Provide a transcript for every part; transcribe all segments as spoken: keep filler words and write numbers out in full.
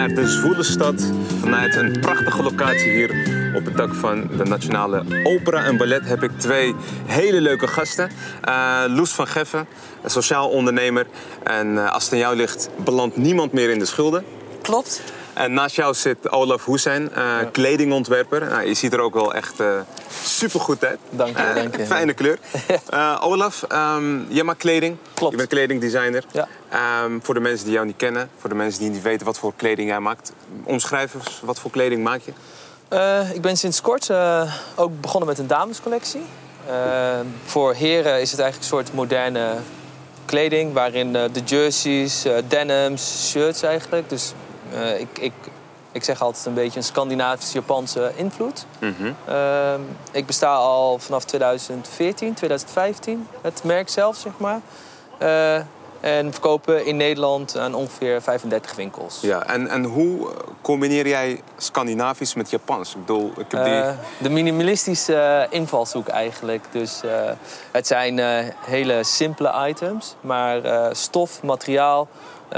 vanuit de zwoele stad, vanuit een prachtige locatie hier op het dak van de Nationale Opera en Ballet heb ik twee hele leuke gasten. Uh, Loes van Geffen, een sociaal ondernemer. En uh, als het aan jou ligt, belandt niemand meer in de schulden. Klopt. En naast jou zit Olaf Hoesijn, uh, ja. kledingontwerper. Nou, je ziet er ook wel echt uh, supergoed uit. Dank je, uh, dank je. Fijne kleur. Uh, Olaf, um, jij maakt kleding. Klopt. Je bent kledingdesigner. Ja. Um, voor de mensen die jou niet kennen, voor de mensen die niet weten wat voor kleding jij maakt. Omschrijf eens, wat voor kleding maak je? Uh, ik ben sinds kort uh, ook begonnen met een damescollectie. Uh, voor heren is het eigenlijk een soort moderne kleding, waarin uh, de jerseys, uh, denims, shirts eigenlijk. Dus uh, ik, ik, ik zeg altijd een beetje een Scandinavisch-Japanse invloed. Mm-hmm. Uh, ik besta al vanaf twintig veertien, twintig vijftien, het merk zelf, zeg maar. Uh, En verkopen in Nederland aan ongeveer vijfendertig winkels. Ja, en, en hoe combineer jij Scandinavisch met Japans? Ik bedoel, ik heb die... Uh, de minimalistische invalshoek eigenlijk. Dus uh, het zijn uh, hele simpele items, maar uh, stof, materiaal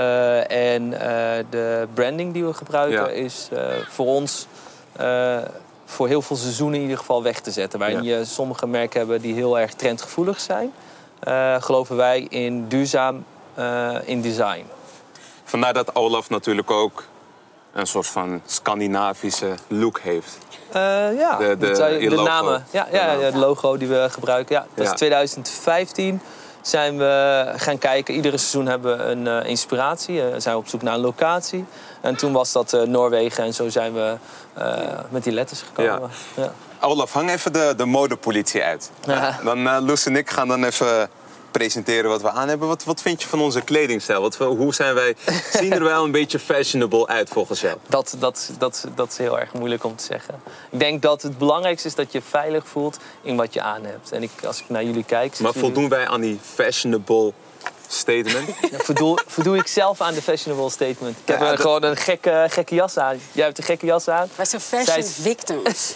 uh, en uh, de branding die we gebruiken ja. is uh, voor ons uh, voor heel veel seizoenen in ieder geval weg te zetten. Waarin ja. je sommige merken hebben die heel erg trendgevoelig zijn. Uh, geloven wij in duurzaam uh, in design. Vandaar dat Olaf natuurlijk ook een soort van Scandinavische look heeft. Uh, ja, de, de, de, de namen. Ja, ja, ja, het logo die we gebruiken. Ja, dat is ja. twintig vijftien zijn we gaan kijken. Iedere seizoen hebben we een uh, inspiratie. Uh, zijn we op zoek naar een locatie. En toen was dat uh, Noorwegen en zo zijn we uh, met die letters gekomen. Ja. Ja. Olaf, hang even de, de modepolitie uit. Ja. Dan uh, Loes en ik gaan dan even presenteren wat we aan hebben. Wat, wat vind je van onze kledingstijl? Wat, hoe zijn wij, zien er wel een beetje fashionable uit volgens jou? Dat, dat, dat, dat is heel erg moeilijk om te zeggen. Ik denk dat het belangrijkste is dat je veilig voelt in wat je aan hebt. En ik, als ik naar jullie kijk... Maar voldoen jullie... wij aan die fashionable statement? Ja, voldoe, voldoe ik zelf aan de fashionable statement. Ik heb ja, de... gewoon een gekke, gekke jas aan. Jij hebt een gekke jas aan. Wij zijn fashion Zij... victims.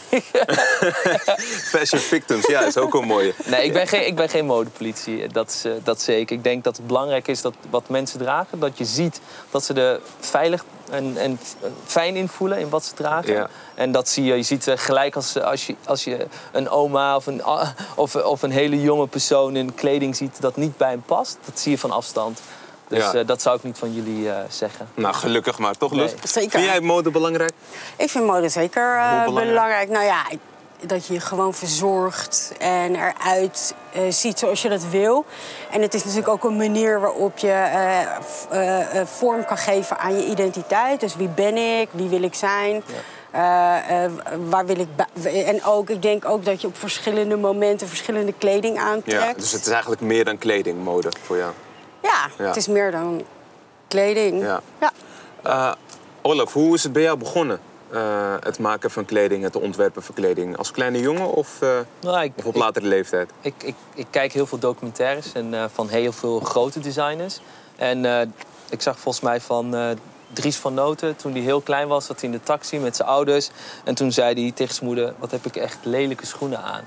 Fashion victims, ja, is ook wel mooi. Nee, ik ben geen, ik ben geen modepolitie. Dat is, uh, dat is zeker. Ik denk dat het belangrijk is dat wat mensen dragen, dat je ziet dat ze er veilig en, en fijn in voelen in wat ze dragen. Ja. En dat zie je. Je ziet uh, gelijk als, als, je, als je een oma of een, uh, of, of een hele jonge persoon in kleding ziet dat niet bij hem past. Dat zie je van afstand. Dus ja. uh, dat zou ik niet van jullie uh, zeggen. Nou, gelukkig maar. Toch, Loes? Nee. Zeker. Vind jij mode belangrijk? Ik vind mode zeker uh, belangrijk? belangrijk. Nou ja, dat je je gewoon verzorgt en eruit uh, ziet zoals je dat wil. En het is natuurlijk ook een manier waarop je uh, uh, uh, vorm kan geven aan je identiteit. Dus wie ben ik? Wie wil ik zijn? Ja. Uh, uh, waar wil ik en ook, ik denk ook dat je op verschillende momenten verschillende kleding aantrekt. Ja, dus het is eigenlijk meer dan kleding, mode voor jou? Ja, ja. Het is meer dan kleding. Ja. Ja. Uh, Olaf, hoe is het bij jou begonnen? Uh, het maken van kleding, het ontwerpen van kleding. Als kleine jongen of, uh, nou, ik, of op latere ik, leeftijd? Ik, ik, ik kijk heel veel documentaires en, uh, van heel veel grote designers. En uh, ik zag volgens mij van... Uh, Dries van Noten, toen hij heel klein was, zat hij in de taxi met zijn ouders. En toen zei hij tegen zijn moeder, wat heb ik echt lelijke schoenen aan.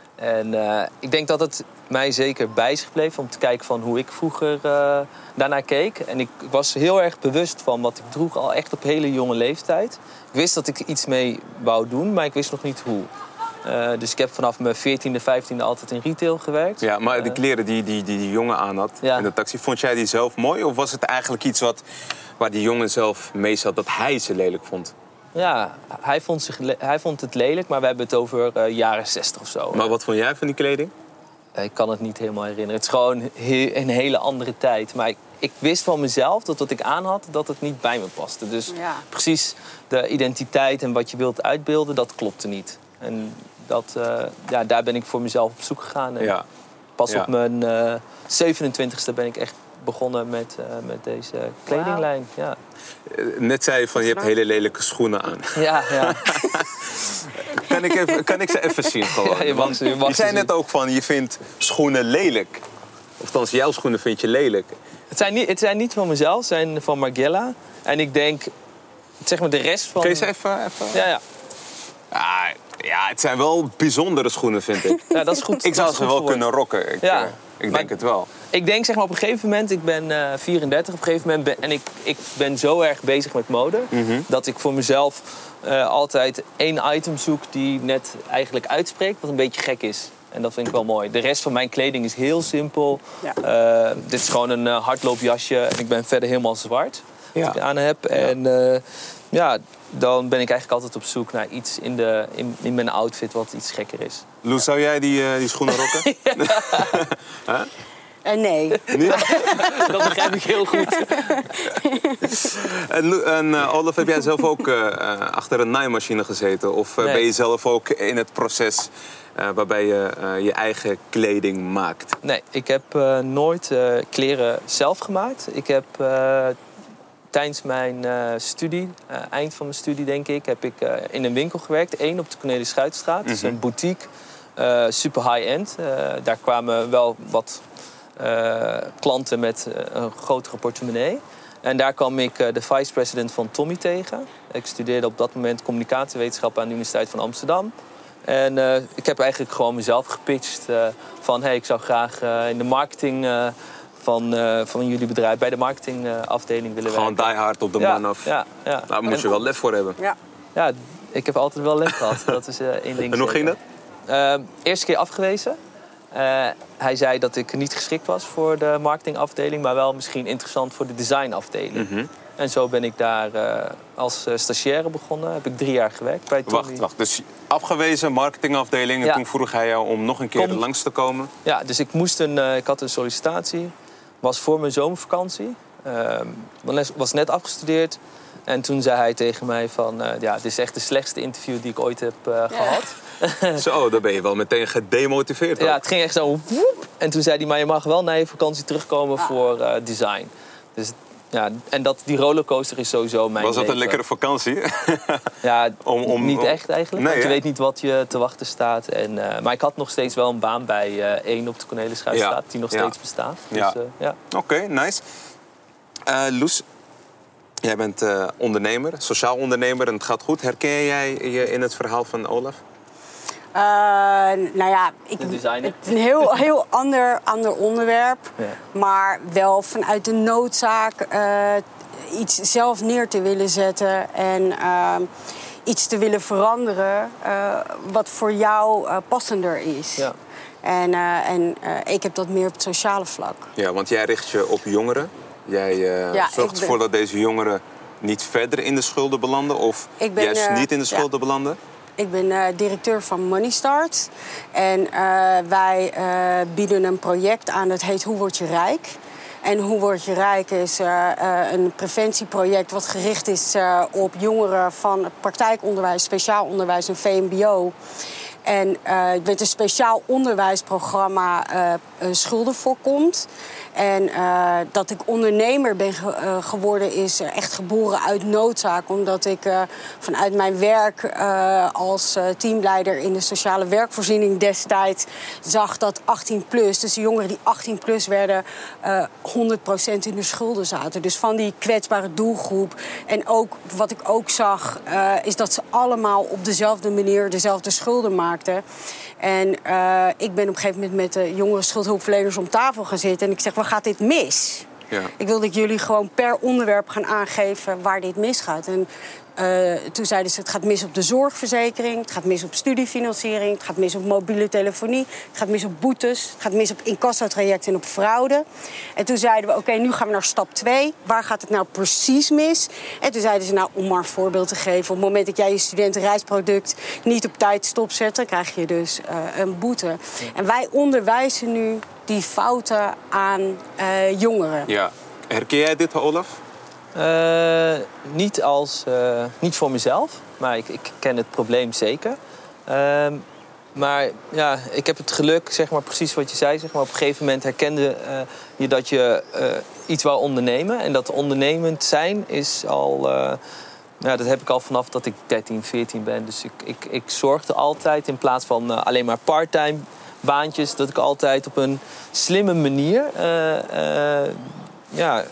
En uh, ik denk dat het mij zeker bij is gebleven om te kijken van hoe ik vroeger uh, daarnaar keek. En ik was heel erg bewust van wat ik droeg al echt op hele jonge leeftijd. Ik wist dat ik iets mee wou doen, maar ik wist nog niet hoe. Uh, dus ik heb vanaf mijn veertiende, vijftiende altijd in retail gewerkt. Ja, maar de kleren die die, die, die jongen aan had ja. in de taxi, vond jij die zelf mooi? Of was het eigenlijk iets wat, waar die jongen zelf mee zat, dat hij ze lelijk vond? Ja, hij vond, zich, hij vond het lelijk, maar we hebben het over uh, jaren zestig of zo. Maar wat vond jij van die kleding? Uh, ik kan het niet helemaal herinneren. Het is gewoon he- een hele andere tijd. Maar ik, ik wist van mezelf dat wat ik aan had, dat het niet bij me paste. Dus ja. precies de identiteit en wat je wilt uitbeelden, dat klopte niet. En dat, uh, ja, daar ben ik voor mezelf op zoek gegaan. En ja. Pas ja. op mijn uh, zevenentwintigste ben ik echt begonnen met, uh, met deze kledinglijn. Wow. Ja. Net zei je van, je hebt hele lelijke schoenen aan. Ja, ja. kan, ik even, kan ik ze even zien gewoon? Ja, je, mag ze, je, mag je zei net ook van, je vindt schoenen lelijk. Of althans, jouw schoenen vind je lelijk. Het zijn niet, het zijn niet van mezelf, het zijn van Margiela. En ik denk, zeg maar de rest van... Kun je ze even... even... Ja, ja. Ah, ja, het zijn wel bijzondere schoenen, vind ik. Ja, dat is goed. Ik zou Dat is ze goed wel kunnen rocken. Ik, Ja. uh, ik Maar denk het wel. Ik denk zeg maar op een gegeven moment, ik ben uh, vierendertig op een gegeven moment... Ben, en ik, ik ben zo erg bezig met mode... Mm-hmm. dat ik voor mezelf uh, altijd één item zoek die net eigenlijk uitspreekt... wat een beetje gek is. En dat vind ik wel mooi. De rest van mijn kleding is heel simpel. Ja. Uh, dit is gewoon een uh, hardloopjasje en ik ben verder helemaal zwart. Ja. Wat ik aan heb. Ja. En uh, ja, dan ben ik eigenlijk altijd op zoek naar iets in, de, in, in mijn outfit wat iets gekker is. Loes, zou jij die, uh, die schoenen rocken? huh? Uh, nee. Niet? Dat begrijp ik heel goed. en en uh, Olaf, heb jij zelf ook uh, achter een naaimachine gezeten? Of uh, nee. ben je zelf ook in het proces uh, waarbij je uh, je eigen kleding maakt? Nee, ik heb uh, nooit uh, kleren zelf gemaakt. Ik heb uh, tijdens mijn uh, studie, uh, eind van mijn studie denk ik... heb ik uh, in een winkel gewerkt. Eén op de Cornelis Schuitstraat. Mm-hmm. Dat is een boutique. Uh, super high-end. Uh, daar kwamen wel wat... Uh, klanten met uh, een grotere portemonnee. En daar kwam ik uh, de vice-president van Tommy tegen. Ik studeerde op dat moment communicatiewetenschap aan de Universiteit van Amsterdam. En uh, ik heb eigenlijk gewoon mezelf gepitcht uh, van... Hey, ik zou graag uh, in de marketing uh, van, uh, van jullie bedrijf... bij de marketingafdeling willen gewoon werken. Gewoon die hard op de ja, man af. Ja, ja. Daar moet je wel lef voor hebben. Ja, ja ik heb altijd wel lef gehad. Dat is uh, één ding. En hoe ging dat? Uh, eerste keer afgewezen. Uh, hij zei dat ik niet geschikt was voor de marketingafdeling... maar wel misschien interessant voor de designafdeling. Mm-hmm. En zo ben ik daar uh, als uh, stagiaire begonnen. Heb ik drie jaar gewerkt bij Tommy. Wacht, wacht. Dus afgewezen, marketingafdeling... en ja. toen vroeg hij jou om nog een keer Kom. langs te komen? Ja, dus ik, moest een, uh, ik had een sollicitatie. Was voor mijn zomervakantie. Uh, was net afgestudeerd. En toen zei hij tegen mij van... Uh, ja, dit is echt de slechtste interview die ik ooit heb uh, gehad. Ja. Zo, dan ben je wel meteen gedemotiveerd. Ja, het ging echt zo... Woep, en toen zei hij, maar je mag wel na je vakantie terugkomen ah. voor uh, design. Dus ja, en dat, die rollercoaster is sowieso mijn Was dat leven. een lekkere vakantie? Ja, om, om, niet om... echt eigenlijk. Nee, want je hè? weet niet wat je te wachten staat. En, uh, maar ik had nog steeds wel een baan bij uh, één op de Cornelis Schuitstraat... Ja. die nog steeds ja. bestaat. Dus, ja. uh, ja. Oké, okay, nice. Uh, Loes, jij bent uh, ondernemer, sociaal ondernemer en het gaat goed. Herken jij je in het verhaal van Olaf? Uh, nou ja, ik, een designer. Het is een heel, heel ander, ander onderwerp. Ja. Maar wel vanuit de noodzaak uh, iets zelf neer te willen zetten. En uh, iets te willen veranderen uh, wat voor jou uh, passender is. Ja. En, uh, en uh, ik heb dat meer op het sociale vlak. Ja, want jij richt je op jongeren. Jij uh, ja, zorgt ervoor ben... dat deze jongeren niet verder in de schulden belanden? Of ben, juist uh, niet in de schulden ja. belanden? Ik ben uh, directeur van Money Start. En uh, wij uh, bieden een project aan dat heet Hoe word je rijk? En Hoe word je rijk is uh, uh, een preventieproject wat gericht is uh, op jongeren van praktijkonderwijs, speciaal onderwijs en V M B O. En uh, met een speciaal onderwijsprogramma uh, uh, schulden voorkomt. En uh, dat ik ondernemer ben ge- uh, geworden is uh, echt geboren uit noodzaak. Omdat ik uh, vanuit mijn werk uh, als uh, teamleider in de sociale werkvoorziening destijds zag dat achttien plus, dus de jongeren die achttien plus werden, uh, honderd procent in de schulden zaten. Dus van die kwetsbare doelgroep. En ook wat ik ook zag uh, is dat ze allemaal op dezelfde manier dezelfde schulden maakten. En uh, ik ben op een gegeven moment met de jongere schuldhulpverleners om tafel gaan zitten. En ik zeg, waar gaat dit mis? Ja. Ik wil dat jullie gewoon per onderwerp gaan aangeven waar dit misgaat. En uh, toen zeiden ze, het gaat mis op de zorgverzekering. Het gaat mis op studiefinanciering. Het gaat mis op mobiele telefonie. Het gaat mis op boetes. Het gaat mis op incassotrajecten en op fraude. En toen zeiden we, oké, okay, nu gaan we naar stap twee. Waar gaat het nou precies mis? En toen zeiden ze, nou, om maar een voorbeeld te geven. Op het moment dat jij je studentenreisproduct niet op tijd stopzet, dan krijg je dus uh, een boete. Ja. En wij onderwijzen nu die fouten aan uh, jongeren. Ja. Herken jij dit, Olaf? Uh, niet, als, uh, niet voor mezelf, maar ik, ik ken het probleem zeker. Uh, maar ja, ik heb het geluk, zeg maar precies wat je zei. Zeg maar, op een gegeven moment herkende uh, je dat je uh, iets wou ondernemen. En dat ondernemend zijn is al... Uh, ja, dat heb ik al vanaf dat ik dertien, veertien ben. Dus ik, ik, ik zorgde altijd in plaats van uh, alleen maar parttime baantjes, dat ik altijd op een slimme manier... Uh, uh, ja,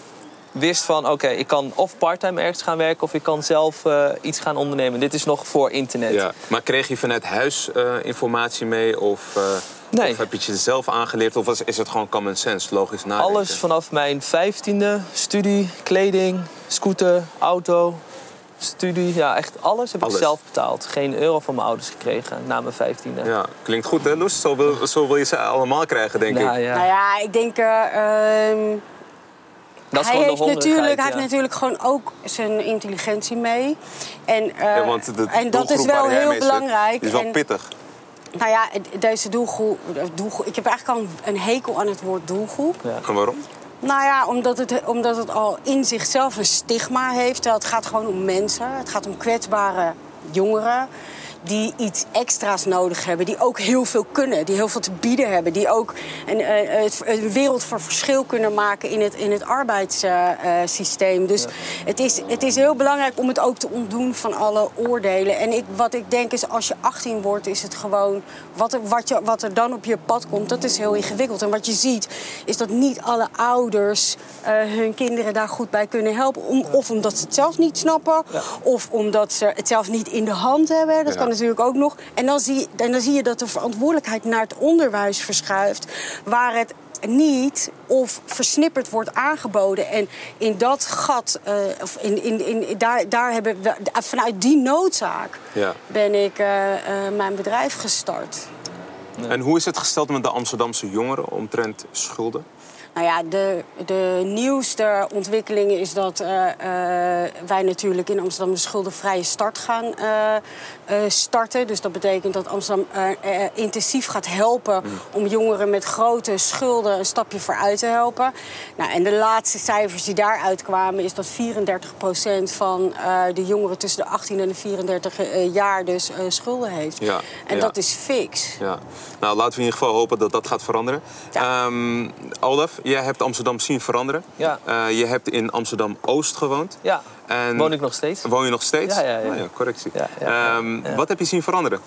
wist van, oké, okay, ik kan of parttime ergens gaan werken... of ik kan zelf uh, iets gaan ondernemen. Dit is nog voor internet. Ja. Maar kreeg je vanuit huis uh, informatie mee? Of, uh, nee. of heb je het jezelf aangeleerd? Of is het gewoon common sense, logisch nadenken? Alles vanaf mijn vijftiende. Studie, kleding, scooter, auto, studie. Ja, echt alles heb alles. ik zelf betaald. Geen euro van mijn ouders gekregen na mijn vijftiende. Ja, klinkt goed, hè, Loes? Zo wil, zo wil je ze allemaal krijgen, denk ja, ik. Ja. Nou ja, ik denk... Uh, um... Dat is hij, heeft natuurlijk, ja. hij heeft natuurlijk gewoon ook zijn intelligentie mee. En, uh, ja, want de en dat is wel heel belangrijk. Het is wel en, pittig. Nou ja, deze doelgroep, doelgroep... Ik heb eigenlijk al een hekel aan het woord doelgroep. Ja. En waarom? Nou ja, omdat het, omdat het al in zichzelf een stigma heeft. Het gaat gewoon om mensen. Het gaat om kwetsbare jongeren die iets extra's nodig hebben, die ook heel veel kunnen, die heel veel te bieden hebben, die ook een, een wereld van verschil kunnen maken in het, in het arbeidssysteem. Dus ja. het, is, het is heel belangrijk om het ook te ontdoen van alle oordelen. En ik, wat ik denk is, als je achttien wordt, is het gewoon, wat er, wat, je, wat er dan op je pad komt, dat is heel ingewikkeld. En wat je ziet, is dat niet alle ouders uh, hun kinderen daar goed bij kunnen helpen. Om, of omdat ze het zelf niet snappen, ja. of omdat ze het zelf niet in de hand hebben. Dat ja. kan natuurlijk ook nog. En dan, zie, en dan zie je dat de verantwoordelijkheid naar het onderwijs verschuift, waar het niet of versnipperd wordt aangeboden. En in dat gat, uh, of in, in, in, daar, daar hebben we, vanuit die noodzaak ja. ben ik uh, uh, mijn bedrijf gestart. Ja. En hoe is het gesteld met de Amsterdamse jongeren omtrent schulden? Nou ja, de, de nieuwste ontwikkeling is dat uh, uh, wij natuurlijk in Amsterdam de schuldenvrije start gaan uh, uh, starten. Dus dat betekent dat Amsterdam uh, uh, intensief gaat helpen mm. om jongeren met grote schulden een stapje vooruit te helpen. Nou, en de laatste cijfers die daaruit kwamen is dat vierendertig procent van uh, de jongeren tussen de achttien en de vierendertig uh, jaar dus uh, schulden heeft. Ja, en ja. dat is fix. Ja. Nou, laten we in ieder geval hopen dat dat gaat veranderen. Ja. Um, Olaf, jij hebt Amsterdam zien veranderen. Ja. Uh, je hebt in Amsterdam-Oost gewoond. Ja, en woon ik nog steeds. Woon je nog steeds? Ja, ja, ja. Oh, ja correctie. Ja, ja, um, ja. Wat heb je zien veranderen?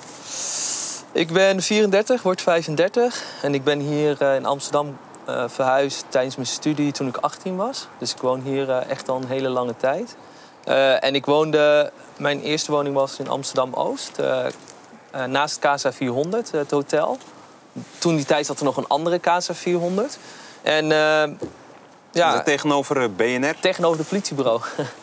Ik ben vierendertig, word vijfendertig. En ik ben hier uh, in Amsterdam uh, verhuisd tijdens mijn studie toen ik achttien was. Dus ik woon hier uh, echt al een hele lange tijd. Uh, en ik woonde... Mijn eerste woning was in Amsterdam-Oost. Uh, uh, naast K S A vierhonderd, het hotel. Toen die tijd zat er nog een andere K S A vierhonderd. En, uh, ja, is dat tegenover B N R? Tegenover het politiebureau.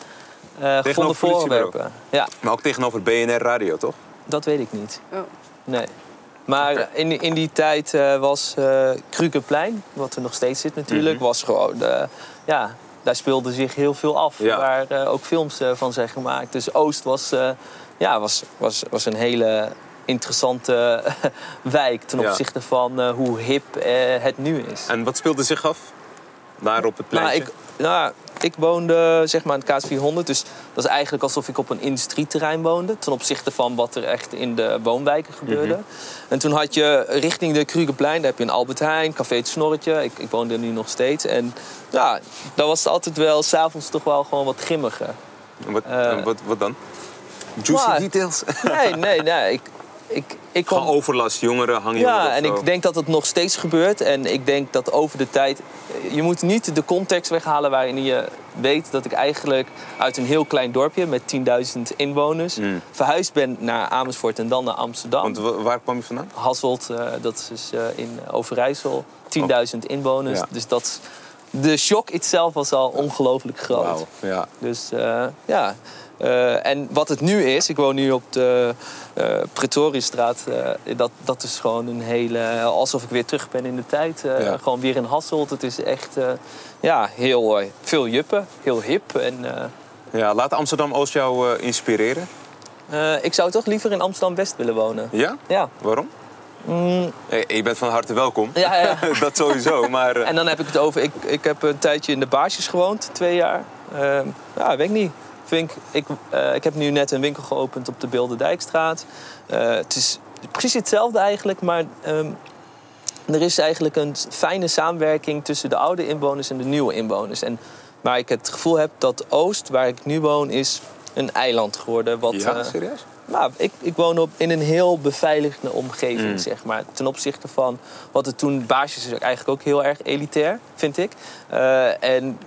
uh, tegenover het politiebureau? Ja. Maar ook tegenover B N R Radio, toch? Dat weet ik niet. Oh. Nee. Maar okay. in, in die tijd uh, was uh, Krugerplein, wat er nog steeds zit natuurlijk, mm-hmm. was gewoon... Uh, ja, daar speelde zich heel veel af. Ja. Waar uh, ook films uh, van zijn gemaakt. Dus Oost was, uh, ja, was, was, was een hele... interessante wijk ten opzichte ja. van uh, hoe hip uh, het nu is. En wat speelde zich af daar op het pleintje? Nou, ik, nou, ik woonde zeg maar in het K S vierhonderd, dus dat is eigenlijk alsof ik op een industrieterrein woonde ten opzichte van wat er echt in de woonwijken gebeurde. Mm-hmm. En toen had je richting de Krugerplein, daar heb je een Albert Heijn, Café het Snorretje. Ik, ik woonde er nu nog steeds. En ja, dan was het altijd wel, 's avonds toch wel gewoon wat grimmiger. En wat, uh, en wat, wat dan? Juicy maar, details? Nee, nee, nee. Ik, Ik, ik kom... Gewoon overlast, jongeren, hangen ja, jongeren. Ja, en ik denk dat het nog steeds gebeurt. En ik denk dat over de tijd... Je moet niet de context weghalen waarin je weet dat ik eigenlijk uit een heel klein dorpje met tienduizend inwoners mm. verhuisd ben naar Amersfoort en dan naar Amsterdam. Want waar kwam je vandaan? Hasselt, uh, dat is uh, in Overijssel. tienduizend oh. inwoners. Ja. Dus dat, de shock itself was al ongelooflijk groot. Wow. Ja. Dus uh, ja... Uh, en wat het nu is, ik woon nu op de uh, Pretoriestraat. Uh, dat, dat is gewoon een hele... Alsof ik weer terug ben in de tijd. Uh, ja. Gewoon weer in Hasselt. Het is echt uh, ja, heel uh, veel juppen. Heel hip. En, uh, ja, laat Amsterdam-Oost jou uh, inspireren? Uh, ik zou toch liever in Amsterdam-West willen wonen. Ja? Ja. Waarom? Mm. Hey, je bent van harte welkom. Ja, ja. Dat sowieso. Maar, uh... En dan heb ik het over... Ik, ik heb een tijdje in de Baarsjes gewoond. Twee jaar. Uh, ja, weet ik niet. Ik, ik, uh, ik heb nu net een winkel geopend op de Bilderdijkstraat. Uh, het is precies hetzelfde eigenlijk, maar um, er is eigenlijk een fijne samenwerking tussen de oude inwoners en de nieuwe inwoners. En waar ik het gevoel heb dat Oost, waar ik nu woon, is een eiland geworden. Wat, ja, uh, serieus? Nou, ik, ik woon op, in een heel beveiligde omgeving, mm. zeg maar. Ten opzichte van wat het toen... Baarsjes is eigenlijk ook heel erg elitair, vind ik. Uh, en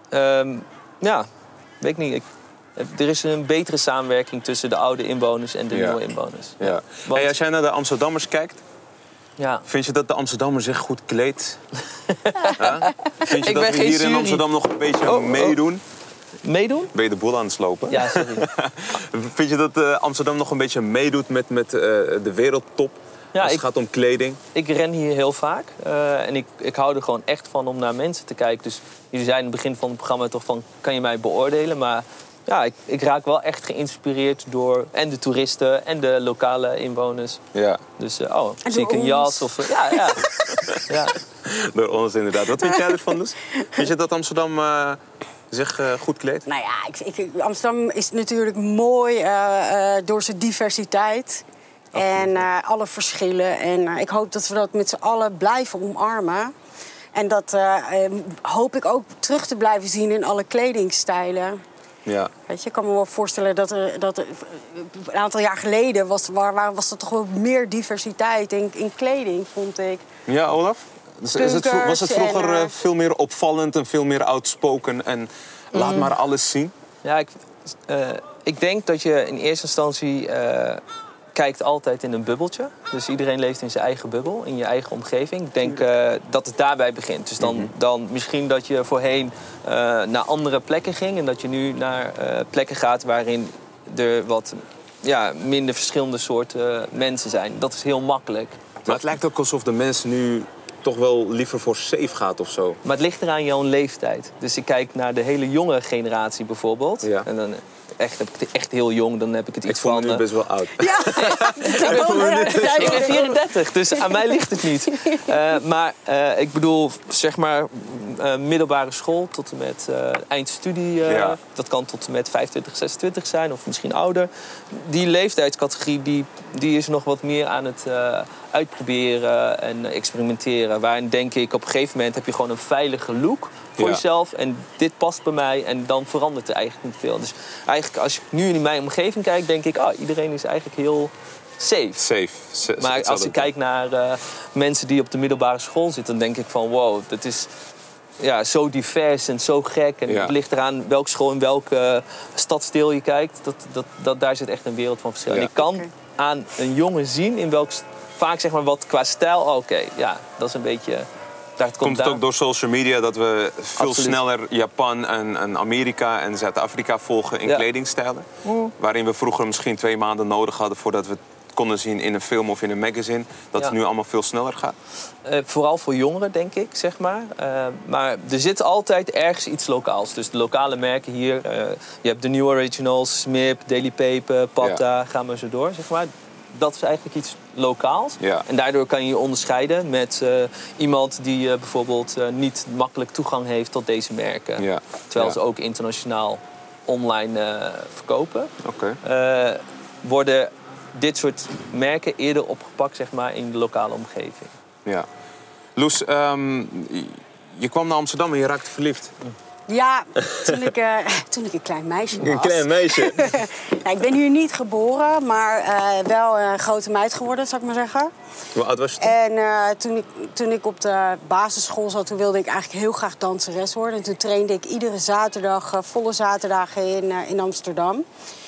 Um, ja, weet ik niet. Ik, er is een betere samenwerking tussen de oude inwoners en de ja. nieuwe inwoners. Ja. Ja. Want... Hey, als jij naar de Amsterdammers kijkt, ja. vind je dat de Amsterdammer zich goed kleedt? Ja? Vind je ik dat we hier jury. in Amsterdam nog een beetje oh, meedoen? Oh. Meedoen? Ben je de boel aan het slopen? Ja, sorry. Vind je dat uh, Amsterdam nog een beetje meedoet met, met uh, de wereldtop? Ja, als het ik, gaat om kleding? Ik ren hier heel vaak. Uh, en ik, ik hou er gewoon echt van om naar mensen te kijken. Dus jullie zeiden in het begin van het programma toch van... kan je mij beoordelen? Maar ja, ik, ik raak wel echt geïnspireerd door... en de toeristen en de lokale inwoners. Ja. Dus, uh, oh, zie ik een jas of... Uh, ja, ja. ja. Door ons inderdaad. Wat vind jij ervan dus? Vind je dat Amsterdam... Uh... zich uh, goed kleedt? Nou ja, ik, ik, Amsterdam is natuurlijk mooi uh, uh, door zijn diversiteit. Absoluut. En uh, alle verschillen. En uh, ik hoop dat we dat met z'n allen blijven omarmen. En dat uh, uh, hoop ik ook terug te blijven zien in alle kledingstijlen. Ja. Weet je, ik kan me wel voorstellen dat er, dat er een aantal jaar geleden was, waar, waar was er toch wel meer diversiteit in, in kleding, vond ik. Ja, Olaf? Dus is het, was het vroeger en, uh, veel meer opvallend en veel meer outspoken en mm. laat maar alles zien? Ja, ik, uh, ik denk dat je in eerste instantie uh, kijkt altijd in een bubbeltje. Dus iedereen leeft in zijn eigen bubbel, in je eigen omgeving. Ik denk uh, dat het daarbij begint. Dus dan, mm-hmm. dan misschien dat je voorheen uh, naar andere plekken ging... en dat je nu naar uh, plekken gaat waarin er wat ja, minder verschillende soorten uh, mensen zijn. Dat is heel makkelijk. Maar het lijkt ook alsof de mensen nu... toch wel liever voor safe gaat of zo. Maar het ligt eraan jouw leeftijd. Dus ik kijk naar de hele jonge generatie bijvoorbeeld. Ja. En dan echt, heb ik het echt heel jong, dan heb ik het iets van... Ik van... voel me nu best wel oud. Ja, ik ben vierendertig, dus aan mij ligt het niet. Uh, maar uh, ik bedoel, zeg maar, uh, middelbare school tot en met uh, eindstudie. Uh, ja. Dat kan tot en met vijfentwintig, zesentwintig zijn of misschien ouder. Die leeftijdscategorie die, die is nog wat meer aan het uh, uitproberen en experimenteren. Waarin denk ik, op een gegeven moment heb je gewoon een veilige look voor ja. jezelf. En dit past bij mij en dan verandert er eigenlijk niet veel. Dus eigenlijk als ik nu in mijn omgeving kijk, denk ik, ah, iedereen is eigenlijk heel safe. Safe. S- maar als ik kijk naar uh, mensen die op de middelbare school zitten, dan denk ik van wow, dat is ja, zo divers en zo gek. En ja. het ligt eraan welke school in welke uh, stadsdeel je kijkt. Dat, dat, dat, daar zit echt een wereld van verschil. Ja. En ik kan okay. aan een jongen zien in welk vaak zeg maar wat qua stijl, oké, okay, ja, dat is een beetje... Daar komt, komt het daar. ook door social media dat we veel Absoluut. sneller Japan en, en Amerika en Zuid-Afrika volgen in ja. kledingstijlen? Mm. Waarin we vroeger misschien twee maanden nodig hadden voordat we het konden zien in een film of in een magazine. Dat ja. het nu allemaal veel sneller gaat? Uh, vooral voor jongeren, denk ik, zeg maar. Uh, maar er zit altijd ergens iets lokaals. Dus de lokale merken hier. Uh, je hebt de New Originals, Smip, Daily Paper, Pata, ja. ga maar zo door, zeg maar. Dat is eigenlijk iets lokaals. Ja. En daardoor kan je je onderscheiden met uh, iemand die uh, bijvoorbeeld uh, niet makkelijk toegang heeft tot deze merken. Ja. Terwijl ja. ze ook internationaal online uh, verkopen. Okay. Uh, worden dit soort merken eerder opgepakt zeg maar, in de lokale omgeving. Ja. Loes, um, je kwam naar Amsterdam en je raakte verliefd. Ja, toen ik, uh, toen ik een klein meisje was. Een klein meisje? Ja, ik ben hier niet geboren, maar uh, wel een grote meid geworden, zou ik maar zeggen. Hoe oud was je toen? En uh, toen, ik, toen ik op de basisschool zat, toen wilde ik eigenlijk heel graag danseres worden. En toen trainde ik iedere zaterdag, uh, volle zaterdagen in, uh, in Amsterdam.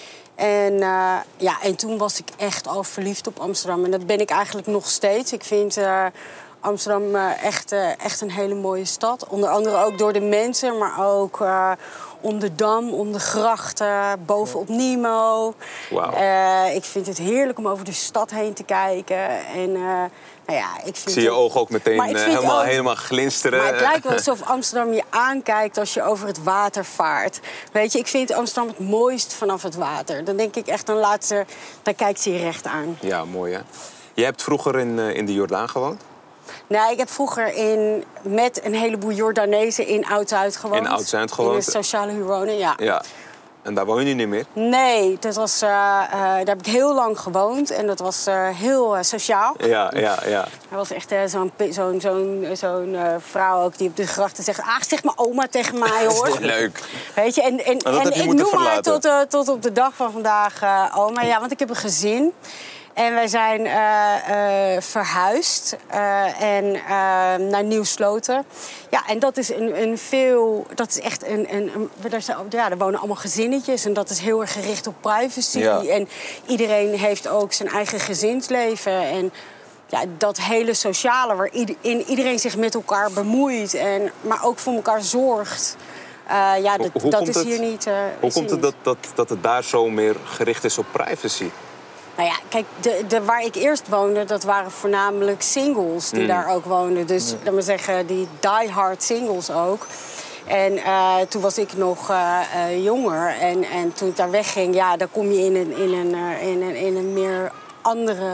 En, uh, ja, en toen was ik echt al verliefd op Amsterdam. En dat ben ik eigenlijk nog steeds. Ik vind... Uh, Amsterdam uh, echt, uh, echt een hele mooie stad. Onder andere ook door de mensen, maar ook uh, om de Dam, om de grachten, bovenop Nemo. Wow. Uh, ik vind het heerlijk om over de stad heen te kijken. En, uh, nou ja, ik vind zie je het... ogen ook meteen uh, helemaal, ook... helemaal glinsteren. Maar het lijkt wel alsof Amsterdam je aankijkt als je over het water vaart. Weet je, ik vind Amsterdam het mooist vanaf het water. Dan denk ik echt, dan, laat ze, dan kijkt ze je recht aan. Ja, mooi hè. Je hebt vroeger in, uh, in de Jordaan gewoond? Nee, ik heb vroeger in, met een heleboel Jordanezen in Oud-Zuid gewoond. In Oud-Zuid gewoond? In een sociale huurwoning, ja. Ja. En daar woon je niet meer? Nee, dat was, uh, uh, daar heb ik heel lang gewoond. En dat was uh, heel uh, sociaal. Ja, ja, ja. Er was echt uh, zo'n zo'n zo'n zo'n uh, vrouw ook die op de grachten zegt... Ah, zeg maar oma tegen mij, hoor. Leuk. Weet je, en, en, en ik noem haar tot, uh, tot op de dag van vandaag uh, oma. Ja, want ik heb een gezin. En wij zijn uh, uh, verhuisd uh, en, uh, naar Nieuw-Sloten. Ja, en dat is een, een veel... Dat is echt een... een, een daar, zijn, ja, er wonen allemaal gezinnetjes en dat is heel erg gericht op privacy. Ja. En iedereen heeft ook zijn eigen gezinsleven. En ja, dat hele sociale waarin iedereen zich met elkaar bemoeit, en, maar ook voor elkaar zorgt. Uh, ja, dat, hoe, hoe dat is het, hier niet. Uh, hoe komt het dat, dat, dat het daar zo meer gericht is op privacy? Nou ja, kijk, de, de, waar ik eerst woonde, dat waren voornamelijk singles die mm. daar ook woonden. Dus, mm. laat maar zeggen, die die-hard singles ook. En uh, toen was ik nog uh, uh, jonger. En, en toen ik daar wegging, ja, dan kom je in een, in een, uh, in een, in een meer andere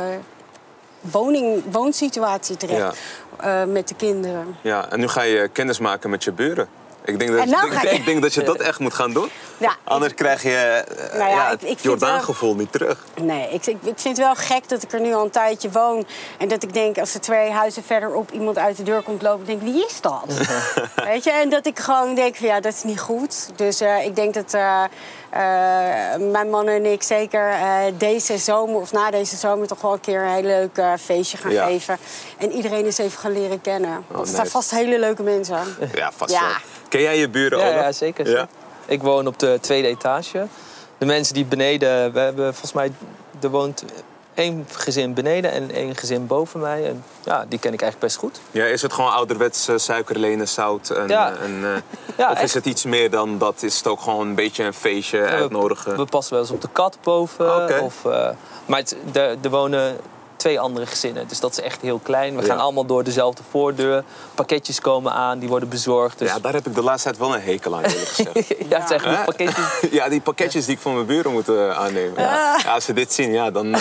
woning, woonsituatie terecht. Ja. Uh, met de kinderen. Ja, en nu ga je kennis maken met je buren. Ik denk dat, nou ik, denk, je... ik denk dat je dat echt moet gaan doen. Ja, Anders ik... krijg je uh, nou ja, ja, het ik, ik Jordaan-gevoel wel... niet terug. Nee, ik, ik, ik vind het wel gek dat ik er nu al een tijdje woon. En dat ik denk, als er twee huizen verderop iemand uit de deur komt lopen, denk ik, wie is dat? Weet je? En dat ik gewoon denk, van, ja, dat is niet goed. Dus uh, ik denk dat uh, uh, mijn man en ik zeker uh, deze zomer of na deze zomer toch wel een keer een heel leuk uh, feestje gaan ja. geven. En iedereen eens even gaan leren kennen. Want oh, er nice. zijn vast hele leuke mensen. Ja, vast ja. wel. Ken jij je buren ja, ook? Ja, zeker. Ja? Ik woon op de tweede etage. De mensen die beneden... We hebben volgens mij... Er woont één gezin beneden en één gezin boven mij. En ja, die ken ik eigenlijk best goed. Ja, is het gewoon ouderwets uh, suiker, lenen, zout? En, ja. en, uh, ja, of echt? Is het iets meer dan dat? Is het ook gewoon een beetje een feestje ja, uitnodigen? We, we passen wel eens op de kat boven. Okay. Of, uh, maar het, er, er wonen twee andere gezinnen. Dus dat is echt heel klein. We ja. gaan allemaal door dezelfde voordeur. Pakketjes komen aan, die worden bezorgd. Dus... Ja, daar heb ik de laatste tijd wel een hekel aan, eerlijk gezegd. ja, het zijn gewoon pakketjes. Ja, die pakketjes die ik van mijn buren moet uh, aannemen. Ja. Ja, als ze dit zien, ja, dan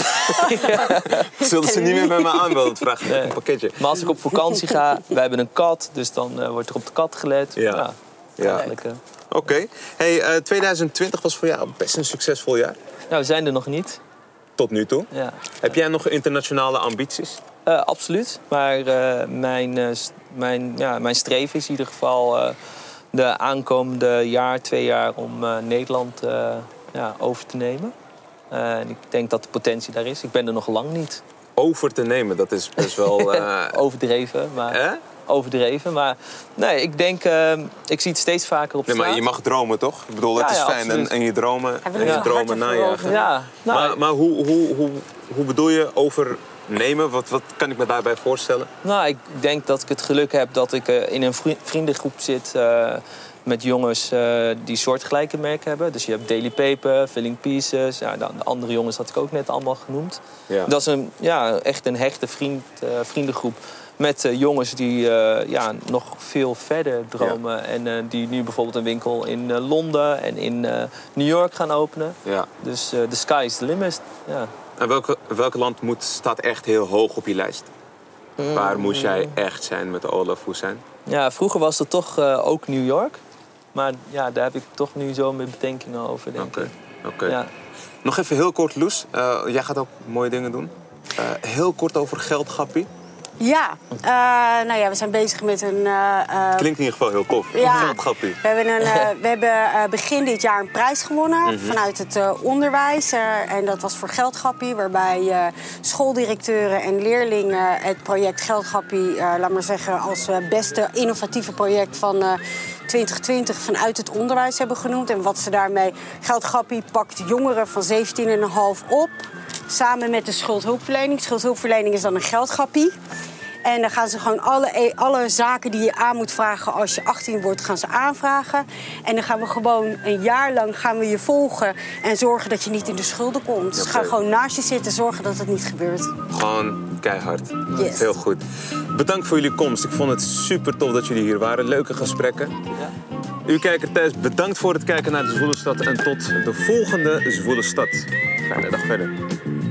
zullen ze niet meer bij me aanmelden. Vragen nee. een pakketje. Maar als ik op vakantie ga, wij hebben een kat. Dus dan uh, wordt er op de kat gelet. Ja. Ja, ja. Uh... Oké. Okay. Hey, uh, tweeduizend twintig was voor jou best een succesvol jaar. Nou, we zijn er nog niet. Tot nu toe. Ja. Heb jij nog internationale ambities? Uh, absoluut. Maar uh, mijn, uh, mijn, ja, mijn streven is in ieder geval uh, de aankomende jaar, twee jaar om uh, Nederland uh, ja, over te nemen. Uh, en ik denk dat de potentie daar is. Ik ben er nog lang niet. Over te nemen, dat is best wel... Uh... Overdreven, maar... Eh? Overdreven, maar nee, ik denk, uh, ik zie het steeds vaker op nee, straat. Maar je mag dromen, toch? Ik bedoel, het ja, is ja, fijn en, en je dromen, ja, en je dromen najagen. Ja, nou, maar maar hoe, hoe, hoe, hoe bedoel je overnemen? Wat, wat kan ik me daarbij voorstellen? Nou, ik denk dat ik het geluk heb dat ik uh, in een vriendengroep zit uh, met jongens uh, die soortgelijke merken hebben. Dus je hebt Daily Paper, Filling Pieces. Ja, de andere jongens had ik ook net allemaal genoemd. Ja. Dat is een, ja, echt een hechte vriend, uh, vriendengroep. Met uh, jongens die uh, ja, nog veel verder dromen. Ja. En uh, die nu bijvoorbeeld een winkel in uh, Londen en in uh, New York gaan openen. Ja. Dus uh, the sky is the limit. Ja. En welke, welk land moet, staat echt heel hoog op je lijst? Mm. Waar moest jij echt zijn met Olaf Hussein? Ja, vroeger was het toch uh, ook New York. Maar ja, daar heb ik toch nu zo mijn bedenkingen over, denk okay. ik. Oké. Okay. Ja. Nog even heel kort, Loes. Uh, jij gaat ook mooie dingen doen. Uh, heel kort over Geldgappie. Ja, uh, nou ja, we zijn bezig met een... Uh, Klinkt in ieder geval heel tof. Ja, Geldgappie. We hebben, een, uh, we hebben uh, begin dit jaar een prijs gewonnen mm-hmm. vanuit het uh, onderwijs. Uh, en dat was voor Geldgappie, waarbij uh, schooldirecteuren en leerlingen het project Geldgappie, uh, laat maar zeggen, als uh, beste innovatieve project van uh, twintig twintig vanuit het onderwijs hebben genoemd. En wat ze daarmee... Geldgappie pakt jongeren van zeventien en een half op, samen met de schuldhulpverlening. Schuldhulpverlening is dan een geldgappie. En dan gaan ze gewoon alle, alle zaken die je aan moet vragen als je achttien wordt, gaan ze aanvragen. En dan gaan we gewoon een jaar lang gaan we je volgen en zorgen dat je niet in de schulden komt. Dus we gaan gewoon naast je zitten, zorgen dat het niet gebeurt. Gewoon keihard. Yes. Heel goed. Bedankt voor jullie komst. Ik vond het super tof dat jullie hier waren. Leuke gesprekken. Ja. U kijker thuis, bedankt voor het kijken naar de Zwoele Stad. En tot de volgende Zwoele Stad. Fijne dag verder.